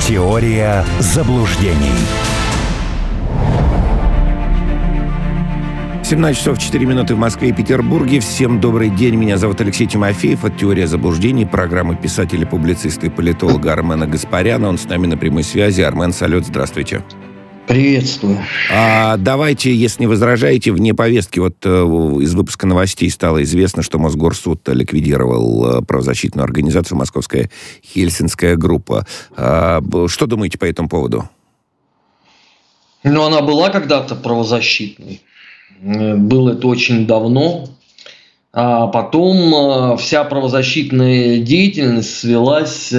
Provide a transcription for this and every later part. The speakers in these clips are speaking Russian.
Теория заблуждений. 17 часов 4 минуты в Москве и Петербурге. Всем добрый день. Меня зовут Алексей Тимофеев. Это «Теория заблуждений», программа писателя, публициста и политолога Армена Гаспаряна. Он с нами на прямой связи. Армен, салют, здравствуйте. Приветствую. Давайте, если не возражаете, вне повестки. Вот из выпуска новостей стало известно, что Мосгорсуд ликвидировал правозащитную организацию «Московская Хельсинская группа». Что думаете по этому поводу? Она была когда-то правозащитной. Было это очень давно. А потом вся правозащитная деятельность свелась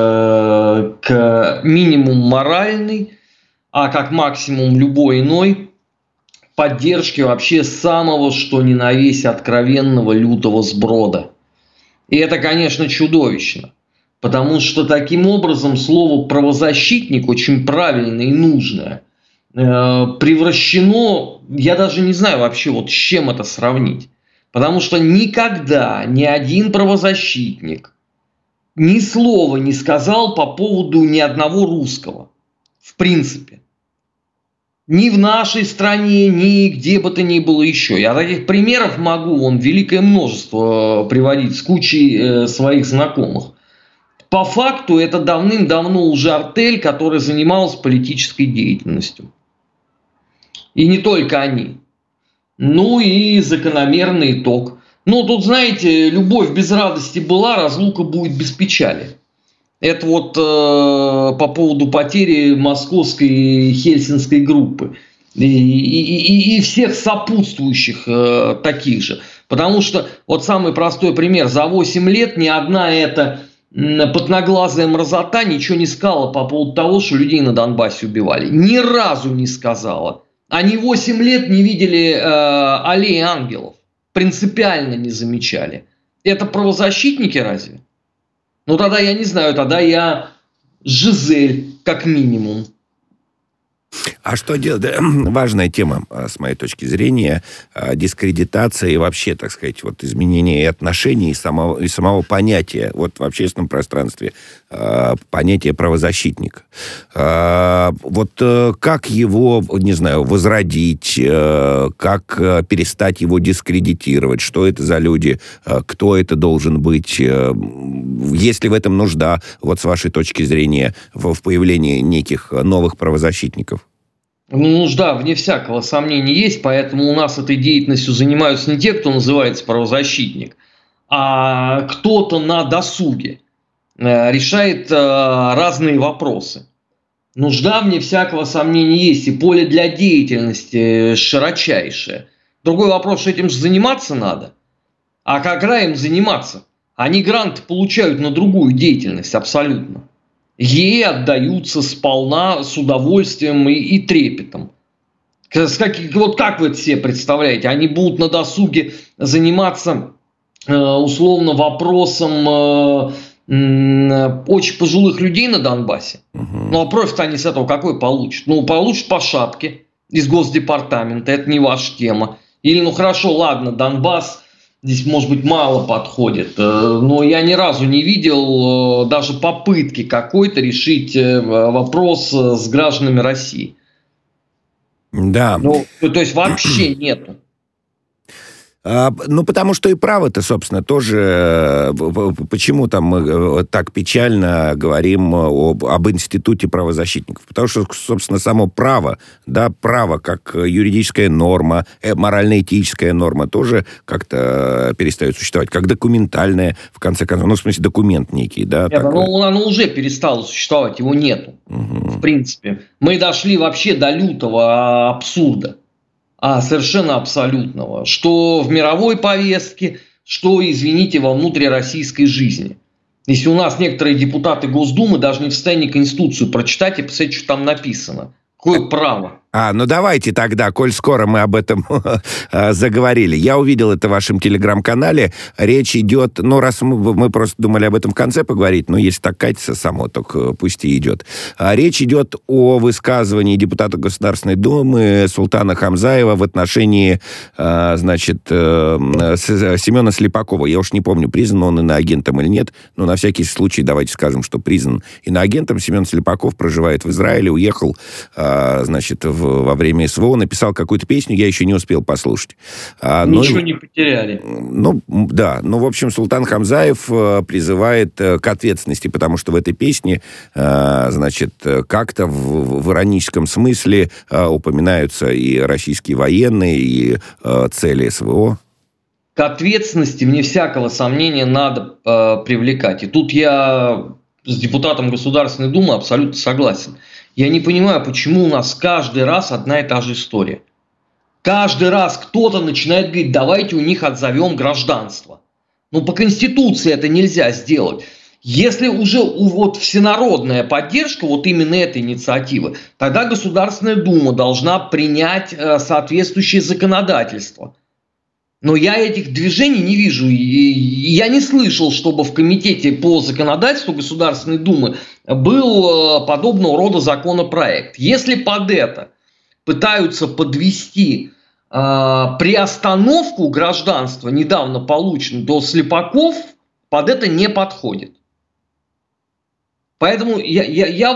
к минимуму моральной, а как максимум любой иной поддержки вообще самого, что ни на есть, откровенного лютого сброда. И это, конечно, чудовищно. Потому что таким образом слово «правозащитник» очень правильное и нужное превращено, я даже не знаю вообще, вот с чем это сравнить. Потому что никогда ни один правозащитник ни слова не сказал по поводу ни одного русского. В принципе. Ни в нашей стране, ни где бы то ни было еще. Я таких примеров могу великое множество приводить с кучей своих знакомых. По факту это давным-давно уже артель, которая занималась политической деятельностью. И не только они. Ну и закономерный итог. Тут, знаете, любовь без радости была, разлука будет без печали. Это вот по поводу потери московской Хельсинской группы. И всех сопутствующих таких же. Потому что, вот самый простой пример. За 8 лет ни одна эта потноглазая мразота ничего не сказала по поводу того, что людей на Донбассе убивали. Ни разу не сказала. Они 8 лет не видели аллеи ангелов. Принципиально не замечали. Это правозащитники разве? Тогда я не знаю, тогда я Жизель, как минимум. А что делать? Важная тема, с моей точки зрения, дискредитация и вообще, так сказать, вот изменение и отношений, и самого понятия вот в общественном пространстве, понятие правозащитника. Вот как его, не знаю, возродить, как перестать его дискредитировать, что это за люди, кто это должен быть, есть ли в этом нужда, вот с вашей точки зрения, в появлении неких новых правозащитников? Нужда, вне всякого сомнения, есть, поэтому у нас этой деятельностью занимаются не те, кто называется правозащитник, а кто-то на досуге решает разные вопросы. Нужда, вне всякого сомнения, есть, и поле для деятельности широчайшее. Другой вопрос, что этим же заниматься надо. А когда им заниматься? Они гранты получают на другую деятельность абсолютно. Ей отдаются сполна, с удовольствием и трепетом. Вот как вы это себе представляете? Они будут на досуге заниматься условно вопросом очень пожилых людей на Донбассе. А профит они с этого какой получат? Получат по шапке из Госдепартамента, это не ваша тема. Или, хорошо, ладно, Донбасс здесь, может быть, мало подходит, но я ни разу не видел даже попытки какой-то решить вопрос с гражданами России. Да. То есть вообще нету. Потому что и право-то, собственно, тоже... Почему там мы так печально говорим об институте правозащитников? Потому что, собственно, само право, да, право как юридическая норма, морально-этическая норма тоже как-то перестает существовать, как документальная, в конце концов. В смысле, документ некий, да? Нет, оно уже перестало существовать, его нету, в принципе. Мы дошли вообще до лютого абсурда. Совершенно абсолютного. Что в мировой повестке, что, извините, во внутрироссийской жизни. Если у нас некоторые депутаты Госдумы даже не в состоянии Конституцию прочитать и посмотреть, что там написано. Какое право? Ну давайте тогда, коль скоро мы об этом заговорили. Я увидел это в вашем телеграм-канале. Речь идет, раз мы просто думали об этом в конце поговорить, но если так катится само, то пусть и идет. Речь идет о высказывании депутата Государственной Думы Султана Хамзаева в отношении, Семена Слепакова. Я уж не помню, признан он иноагентом или нет, но на всякий случай давайте скажем, что признан иноагентом. Семен Слепаков проживает в Израиле, уехал, во время СВО, написал какую-то песню, я еще не успел послушать. Ничего не потеряли. В общем, Султан Хамзаев призывает к ответственности, потому что в этой песне, как-то в ироническом смысле упоминаются и российские военные, и цели СВО. К ответственности, вне всякого сомнения, надо привлекать. И тут я с депутатом Государственной Думы абсолютно согласен. Я не понимаю, почему у нас каждый раз одна и та же история. Каждый раз кто-то начинает говорить, давайте у них отзовем гражданство. По Конституции это нельзя сделать. Если уже всенародная поддержка именно этой инициативы, тогда Государственная Дума должна принять соответствующее законодательство. Но я этих движений не вижу. И я не слышал, чтобы в Комитете по законодательству Государственной Думы был подобного рода законопроект. Если под это пытаются подвести приостановку гражданства, недавно полученного, то Слепаков под это не подходит. Поэтому я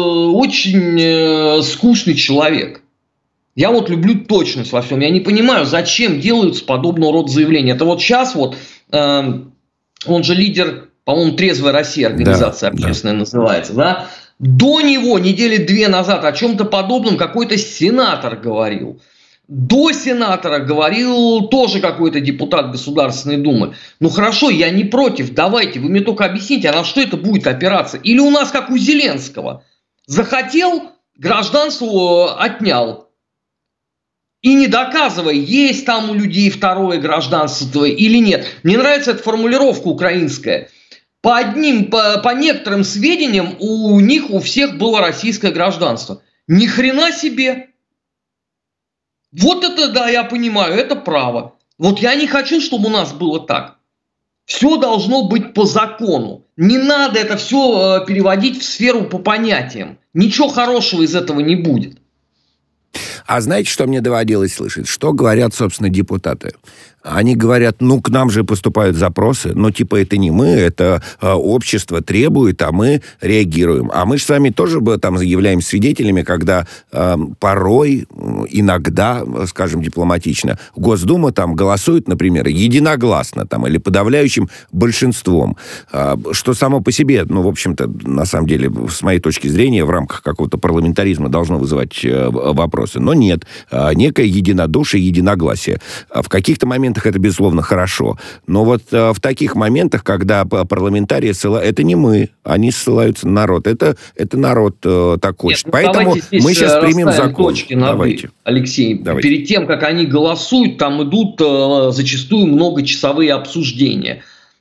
очень скучный человек. Я люблю точность во всем. Я не понимаю, зачем делаются подобного рода заявления. Это сейчас он же лидер, по-моему, «Трезвая Россия», организация общественная называется, да? До него недели 2 назад о чем-то подобном какой-то сенатор говорил. До сенатора говорил тоже какой-то депутат Государственной Думы. Хорошо, я не против, давайте, вы мне только объясните, а на что это будет опираться? Или у нас, как у Зеленского, захотел, гражданство отнял. И не доказывай, есть там у людей второе гражданство или нет. Мне нравится эта формулировка украинская. По некоторым сведениям, у них у всех было российское гражданство. Ни хрена себе. Это, да, я понимаю, это право. Я не хочу, чтобы у нас было так. Все должно быть по закону. Не надо это все переводить в сферу по понятиям. Ничего хорошего из этого не будет. А знаете, что мне доводилось слышать? Что говорят, собственно, депутаты? Они говорят, к нам же поступают запросы, но это не мы, это общество требует, а мы реагируем. А мы же с вами тоже там являемся свидетелями, когда порой, иногда, скажем дипломатично, Госдума там голосует, например, единогласно или подавляющим большинством, что само по себе, в общем-то, на самом деле, с моей точки зрения, в рамках какого-то парламентаризма должно вызывать вопросы. Но нет, некое единодушие, единогласие. В каких-то моментах это, безусловно, хорошо. Но в таких моментах, когда парламентарии ссылаются... Это не мы, они ссылаются на народ. Это народ так хочет. Поэтому мы сейчас примем закон. Давайте. Алексей, давайте. Перед тем, как они голосуют, там идут зачастую многочасовые обсуждения.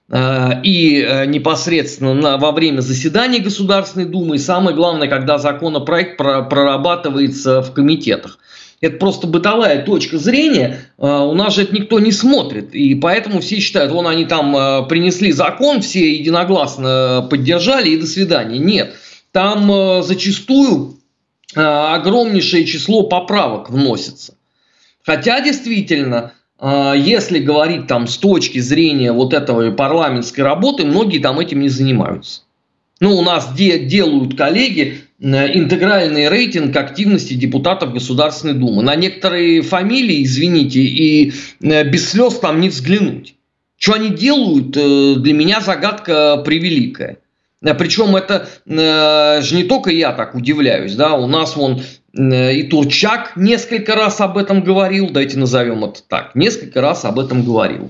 И непосредственно во время заседания Государственной Думы, и самое главное, когда законопроект прорабатывается в комитетах. Это просто бытовая точка зрения, у нас же это никто не смотрит, и поэтому все считают, они там принесли закон, все единогласно поддержали, и до свидания. Нет, там зачастую огромнейшее число поправок вносится. Хотя действительно, если говорить с точки зрения этого парламентской работы, многие там этим не занимаются. У нас делают коллеги интегральный рейтинг активности депутатов Государственной Думы. На некоторые фамилии, извините, и без слез там не взглянуть. Что они делают, для меня загадка превеликая. Причем это же не только я так удивляюсь. Да? У нас и Турчак несколько раз об этом говорил. Давайте назовем это так. Несколько раз об этом говорил.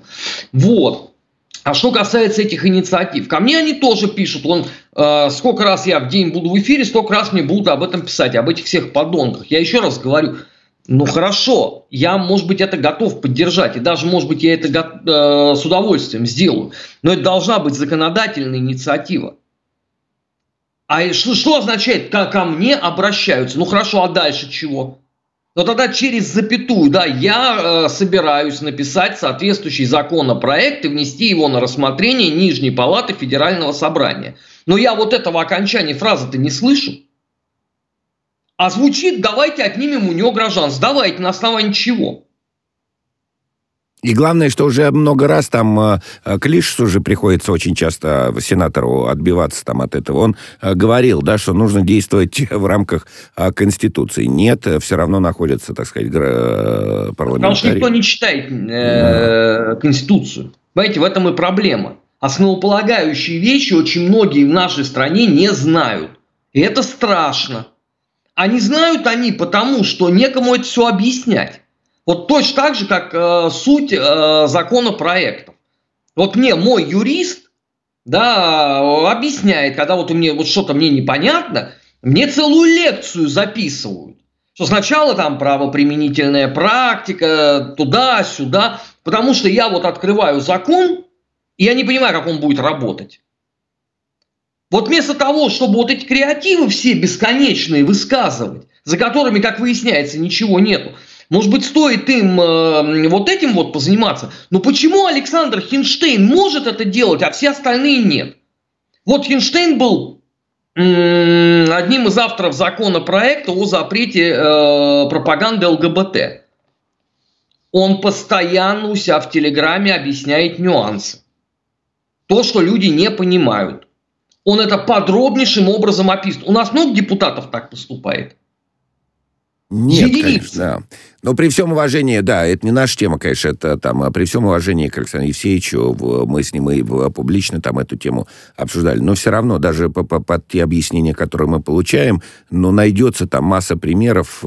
А что касается этих инициатив, ко мне они тоже пишут. Сколько раз я в день буду в эфире, столько раз мне будут об этом писать, об этих всех подонках. Я еще раз говорю, хорошо, я, может быть, это готов поддержать, и даже, может быть, я это с удовольствием сделаю. Но это должна быть законодательная инициатива. А что означает, ко мне обращаются? Хорошо, а дальше чего? Но тогда через запятую, да, я собираюсь написать соответствующий законопроект и внести его на рассмотрение Нижней Палаты Федерального собрания. Но я вот этого окончания фразы-то не слышу. А звучит: давайте отнимем у него гражданство. Давайте, на основании чего? И главное, что уже много раз там Клишесу уже приходится очень часто сенатору отбиваться там от этого. Он говорил, да, что нужно действовать в рамках Конституции. Нет, все равно находятся, так сказать, парламентарии. Потому что никто не читает Конституцию. Понимаете, в этом и проблема. Основополагающие вещи очень многие в нашей стране не знают. И это страшно. А не знают они потому, что некому это все объяснять. Вот точно так же, как суть законопроектов. Вот мне мой юрист, да, объясняет, когда вот мне вот что-то мне непонятно, мне целую лекцию записывают. Что сначала там правоприменительная практика, туда-сюда, потому что я вот открываю закон, и я не понимаю, как он будет работать. Вот вместо того, чтобы вот эти креативы все бесконечные высказывать, за которыми, как выясняется, ничего нету, может быть, стоит им вот этим вот позаниматься. Но почему Александр Хинштейн может это делать, а все остальные нет? Вот Хинштейн был одним из авторов законопроекта о запрете пропаганды ЛГБТ. Он постоянно у себя в Телеграме объясняет нюансы. То, что люди не понимают. Он это подробнейшим образом описывает. У нас много депутатов так поступает? Нет, конечно, да. Но при всем уважении, да, это не наша тема, конечно, это там, при всем уважении к Александру Евсеевичу, мы с ним и публично там эту тему обсуждали, но все равно, даже под те объяснения, которые мы получаем, ну, найдется там масса примеров,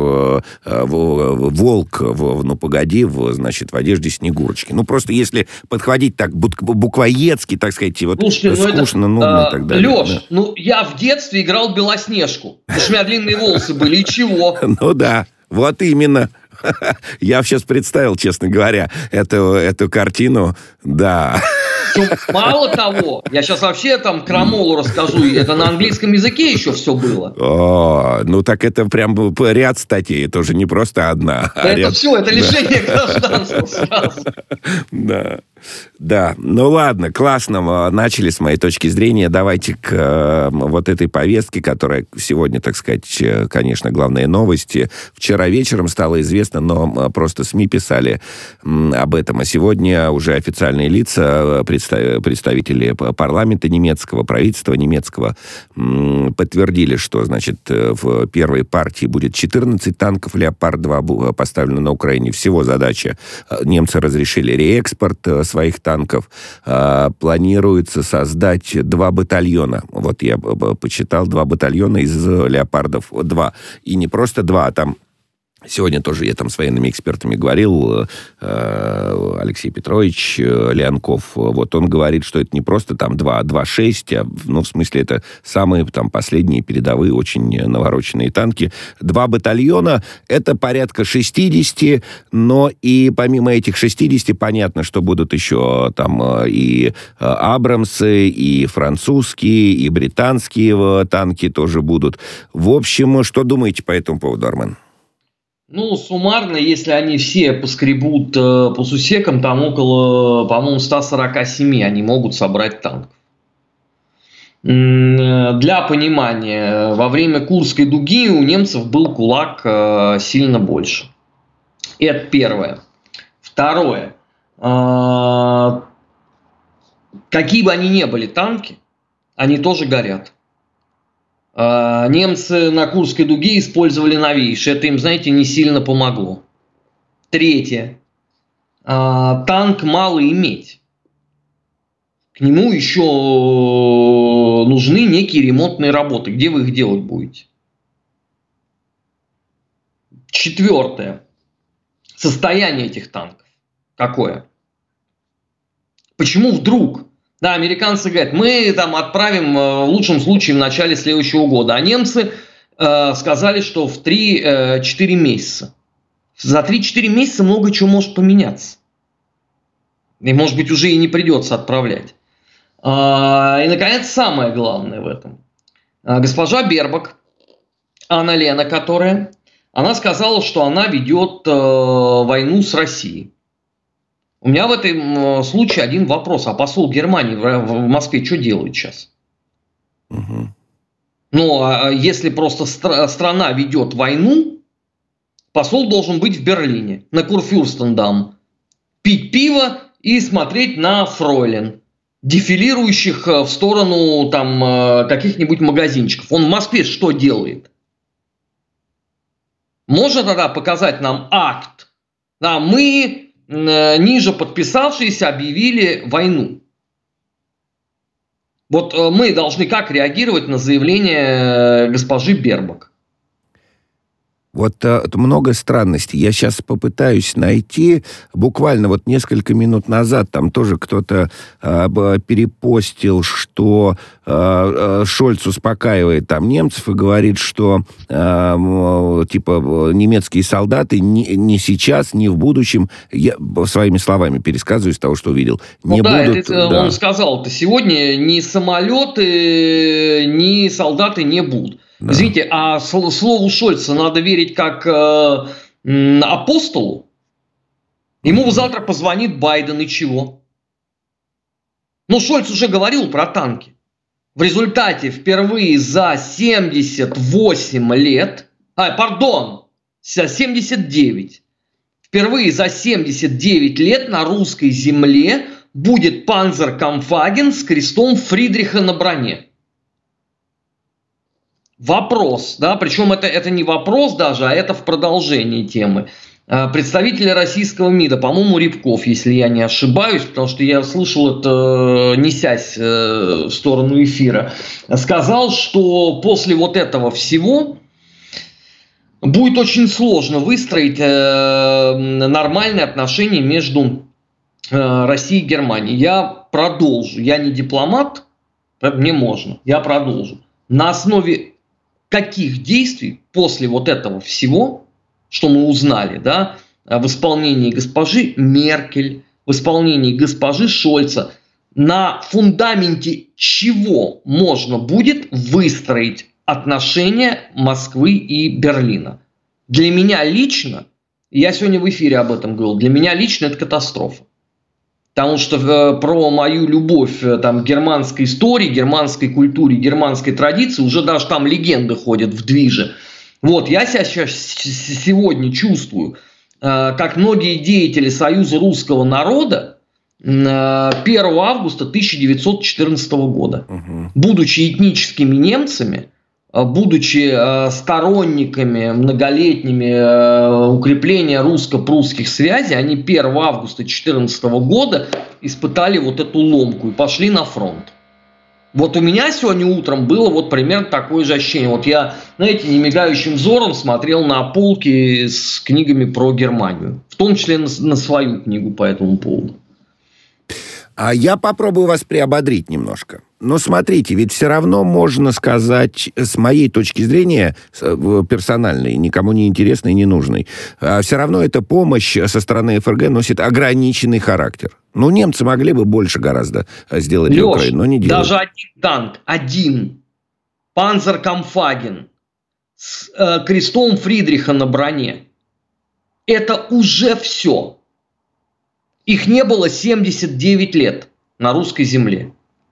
волк, ну, погоди, значит, в одежде Снегурочки. Ну, просто если подходить так буквоедски, так сказать, вот слушайте, скучно, нудно и так далее. Леш, да. Ну, я в детстве играл Белоснежку, потому что у меня длинные волосы были, и чего? Ну, да, вот именно. Я сейчас представил, честно говоря, эту картину, да. Мало того, я сейчас вообще там крамолу расскажу, это на английском языке еще все было. О, ну так это прям ряд статей, это уже не просто одна. Это ряд... все, это лишение гражданства сразу. Да. Да, ну ладно, классно начали с моей точки зрения. Давайте к вот этой повестке, которая сегодня, так сказать, конечно, главные новости. Вчера вечером стало известно, но просто СМИ писали об этом. А сегодня уже официальные лица, представители парламента немецкого, правительства немецкого подтвердили, что, значит, в первой партии будет 14 танков «Леопард-2» поставлено на Украине. Всего задача. Немцы разрешили реэкспорт своих танков. Планируется создать 2 батальона. Вот я почитал, 2 батальона из «Леопардов-2». И не просто 2, а там... Сегодня тоже я там с военными экспертами говорил, Алексей Петрович Леонков, вот он говорит, что это не просто там 2, а 2,6, ну, в смысле, это самые там последние передовые, очень навороченные танки. 2 батальона, это порядка 60, но и помимо этих 60, понятно, что будут еще там и Абрамсы, и французские, и британские танки тоже будут. В общем, что думаете по этому поводу, Армен? Ну, суммарно, если они все поскребут по сусекам, там около, по-моему, 147 они могут собрать танков. Для понимания, во время Курской дуги у немцев был кулак сильно больше. Это первое. Второе. Какие бы они ни были танки, они тоже горят. Немцы на Курской дуге использовали новейшие. Это им, знаете, не сильно помогло. Третье. Танк мало иметь. К нему еще нужны некие ремонтные работы. Где вы их делать будете? Четвертое. Состояние этих танков. Какое? Почему вдруг... Да, американцы говорят, мы там отправим в лучшем случае в начале следующего года. А немцы сказали, что в 3-4 месяца. За 3-4 месяца много чего может поменяться. И, может быть, уже и не придется отправлять. И, наконец, самое главное в этом. Госпожа Бербак, Анна-Лена, которая она сказала, что она ведет войну с Россией. У меня в этом случае один вопрос. А посол Германии в Москве что делает сейчас? Угу. Ну, а если просто страна ведет войну, посол должен быть в Берлине, на Курфюрстендам, пить пиво и смотреть на фройлен, дефилирующих в сторону там каких-нибудь магазинчиков. Он в Москве что делает? Можно тогда показать нам акт? Да, мы, ниже подписавшиеся, объявили войну. Вот мы должны как реагировать на заявление госпожи Бербак? Вот много странностей. Я сейчас попытаюсь найти. Буквально вот несколько минут назад там тоже кто-то перепостил, что Шольц успокаивает там немцев и говорит, что типа немецкие солдаты не сейчас, не в будущем, я своими словами пересказываю из того, что увидел, не будут... Он сказал-то сегодня ни самолеты, ни солдаты не будут. Да. Извините, а слову Шольца надо верить как апостолу? Ему завтра позвонит Байден и чего? Ну, Шольц уже говорил про танки. В результате впервые за 78 лет, 79, впервые за 79 лет на русской земле будет панцеркамфаген с крестом Фридриха на броне. Вопрос, да, причем это не вопрос даже, а это в продолжении темы. Представители российского МИДа, по-моему, Рябков, если я не ошибаюсь, потому что я слышал это, несясь в сторону эфира, сказал, что после вот этого всего будет очень сложно выстроить нормальные отношения между Россией и Германией. Я продолжу, я не дипломат, мне можно, я продолжу. На основе каких действий после вот этого всего, что мы узнали, да, в исполнении госпожи Меркель, в исполнении госпожи Шольца, на фундаменте чего можно будет выстроить отношения Москвы и Берлина? Для меня лично, я сегодня в эфире об этом говорил, для меня лично это катастрофа. Потому что про мою любовь там, к германской истории, германской культуре, германской традиции уже даже там легенды ходят в движе. Вот, я себя сегодня чувствую, как многие деятели Союза русского народа 1 августа 1914 года, будучи этническими немцами, будучи сторонниками многолетними укрепления русско-прусских связей, они 1 августа 2014 года испытали вот эту ломку и пошли на фронт. Вот у меня сегодня утром было вот примерно такое же ощущение. Вот я, знаете, немигающим взором смотрел на полки с книгами про Германию, в том числе на свою книгу по этому поводу. А я попробую вас приободрить немножко. Но смотрите, ведь все равно можно сказать, с моей точки зрения, персональной, никому не интересной, не нужной, все равно эта помощь со стороны ФРГ носит ограниченный характер. Ну, немцы могли бы больше гораздо сделать для Украины, но не делают. Даже один танк, один панцеркамфаген с крестом Фридриха на броне, это уже все. Их не было 79 лет на русской земле.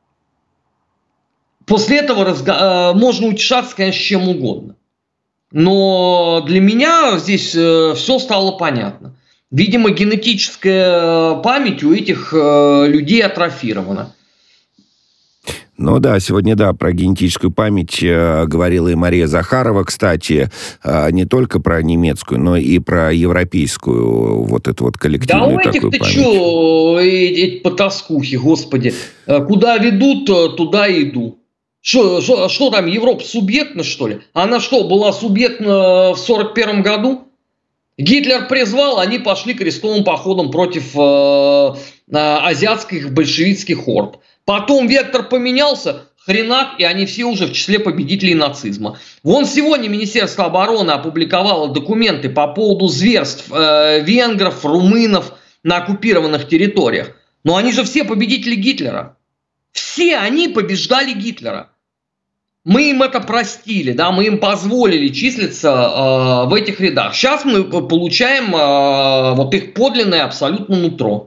После этого можно утешаться, конечно, чем угодно. Но для меня здесь все стало понятно. Видимо, генетическая память у этих людей атрофирована. Ну да, сегодня, да, про генетическую память говорила и Мария Захарова, кстати, не только про немецкую, но и про европейскую, вот эту вот коллективную такую память. Да у этих-то что, эти потаскухи, господи, куда ведут, туда иду. Что там, Европа субъектна, что ли? Она что, была субъектна в 1941 году? Гитлер призвал, они пошли крестовым походом против азиатских большевистских орд. Потом вектор поменялся, хренак, и они все уже в числе победителей нацизма. Вон сегодня Министерство обороны опубликовало документы по поводу зверств венгров, румынов на оккупированных территориях. Но они же все победители Гитлера. Все они побеждали Гитлера. Мы им это простили, да, мы им позволили числиться в этих рядах. Сейчас мы получаем вот их подлинное абсолютно нутро.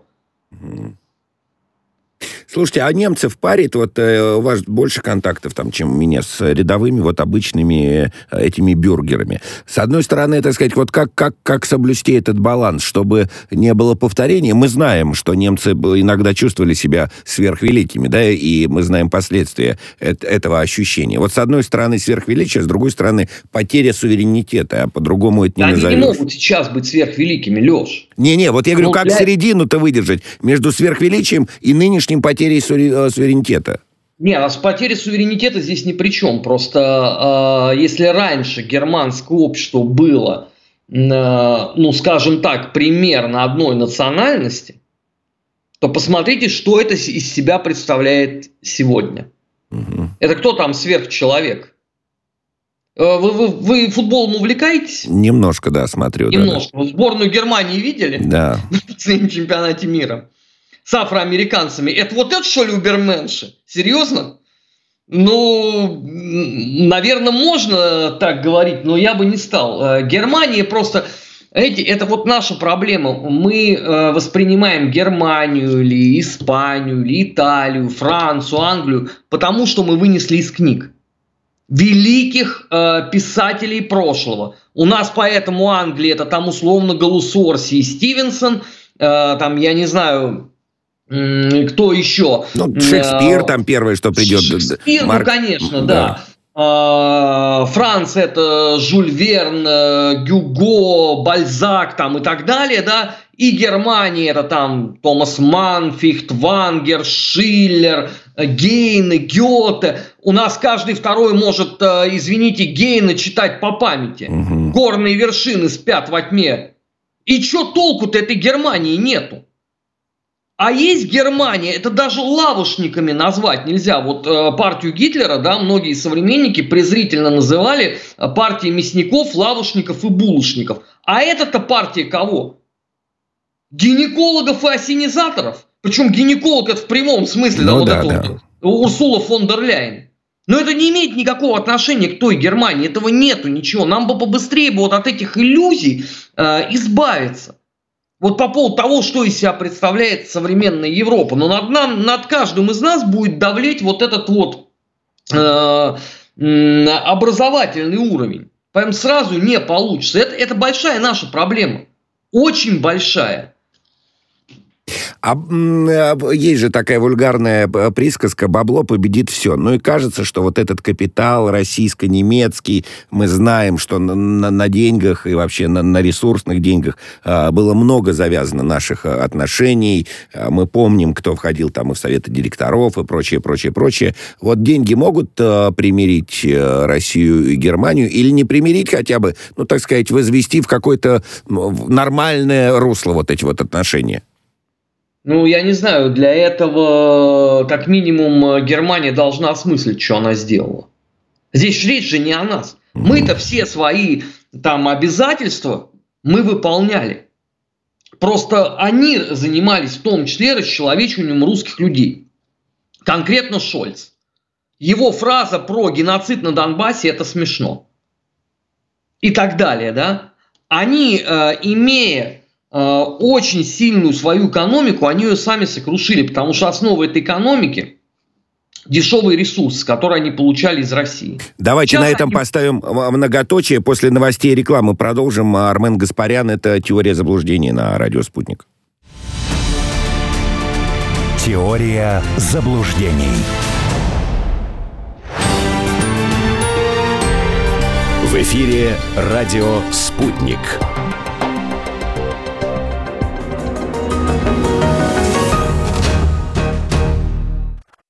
Слушайте, а немцев парит, вот у вас больше контактов там, чем у меня, с рядовыми вот обычными этими бюргерами. С одной стороны, так сказать, вот как соблюсти этот баланс, чтобы не было повторения? Мы знаем, что немцы иногда чувствовали себя сверхвеликими, да, и мы знаем последствия этого ощущения. Вот с одной стороны сверхвеличие, с другой стороны потеря суверенитета, а по-другому это не назовешь. Они не могут сейчас быть сверхвеликими, Леш. Не-не, вот я говорю, как середину-то выдержать между сверхвеличием и нынешним потерей суверенитета? Нет, а с потерей суверенитета здесь ни при чем. Просто если раньше германское общество было, ну, скажем так, примерно одной национальности, то посмотрите, что это из себя представляет сегодня. Угу. Это кто там сверхчеловек? Вы футболом увлекаетесь? Немножко, да, смотрю. Немножко. Да. Сборную Германии видели? Да. На последнем чемпионате мира. С афроамериканцами. Это вот это, что ли, уберменши? Серьезно? Ну, наверное, можно так говорить, но я бы не стал. Германия просто... Это вот наша проблема. Мы воспринимаем Германию, или Испанию, или Италию, Францию, Англию, потому что мы вынесли из книг великих писателей прошлого. У нас поэтому Англия это там условно Галусорси и Стивенсон, там, я не знаю... Кто еще? Ну, Шекспир там первое, что придет. Шекспир, ну, конечно, да. Франция это Жюль Верн, Гюго, Бальзак там и так далее, да. И Германия это там Томас Манн, Фихтвангер, Шиллер, Гейне, Гёте. У нас каждый второй может, извините, Гейне читать по памяти. Угу. Горные вершины спят во тьме. И что толку-то этой Германии нету? А есть Германия, это даже лавошниками назвать нельзя. Вот партию Гитлера, да, многие современники презрительно называли партией мясников, лавошников и булочников. А это-то партия кого? Гинекологов и ассенизаторов. Причем гинеколог это в прямом смысле, ну, да, вот это вот, Урсула фон дер Ляйен. Но это не имеет никакого отношения к той Германии, этого нету ничего. Нам бы побыстрее вот от этих иллюзий избавиться. Вот по поводу того, что из себя представляет современная Европа. Но над каждым из нас будет давлеть вот этот вот образовательный уровень. Поэтому сразу не получится. Это большая наша проблема. Очень большая. А есть же такая вульгарная присказка: бабло победит все. Ну и кажется, что вот этот капитал российско-немецкий, мы знаем, что на деньгах и вообще на ресурсных деньгах было много завязано наших отношений. Мы помним, кто входил там и в советы директоров и прочее, прочее, прочее. Вот деньги могут примирить Россию и Германию или не примирить хотя бы, ну так сказать, возвести в какое-то нормальное русло вот эти вот отношения? Ну, я не знаю, для этого, как минимум, Германия должна осмыслить, что она сделала. Здесь речь же не о нас. Мы-то все свои там обязательства мы выполняли. Просто они занимались в том числе расчеловечиванием русских людей. Конкретно Шольц. Его фраза про геноцид на Донбассе – это смешно. И так далее, да? Они, имея очень сильную свою экономику, они ее сами сокрушили, потому что основа этой экономики – дешевый ресурс, который они получали из России. Давайте сейчас на этом поставим многоточие. После новостей и рекламы продолжим. Армен Гаспарян, это «Теория заблуждений» на радио «Спутник». Теория заблуждений. В эфире радио «Спутник».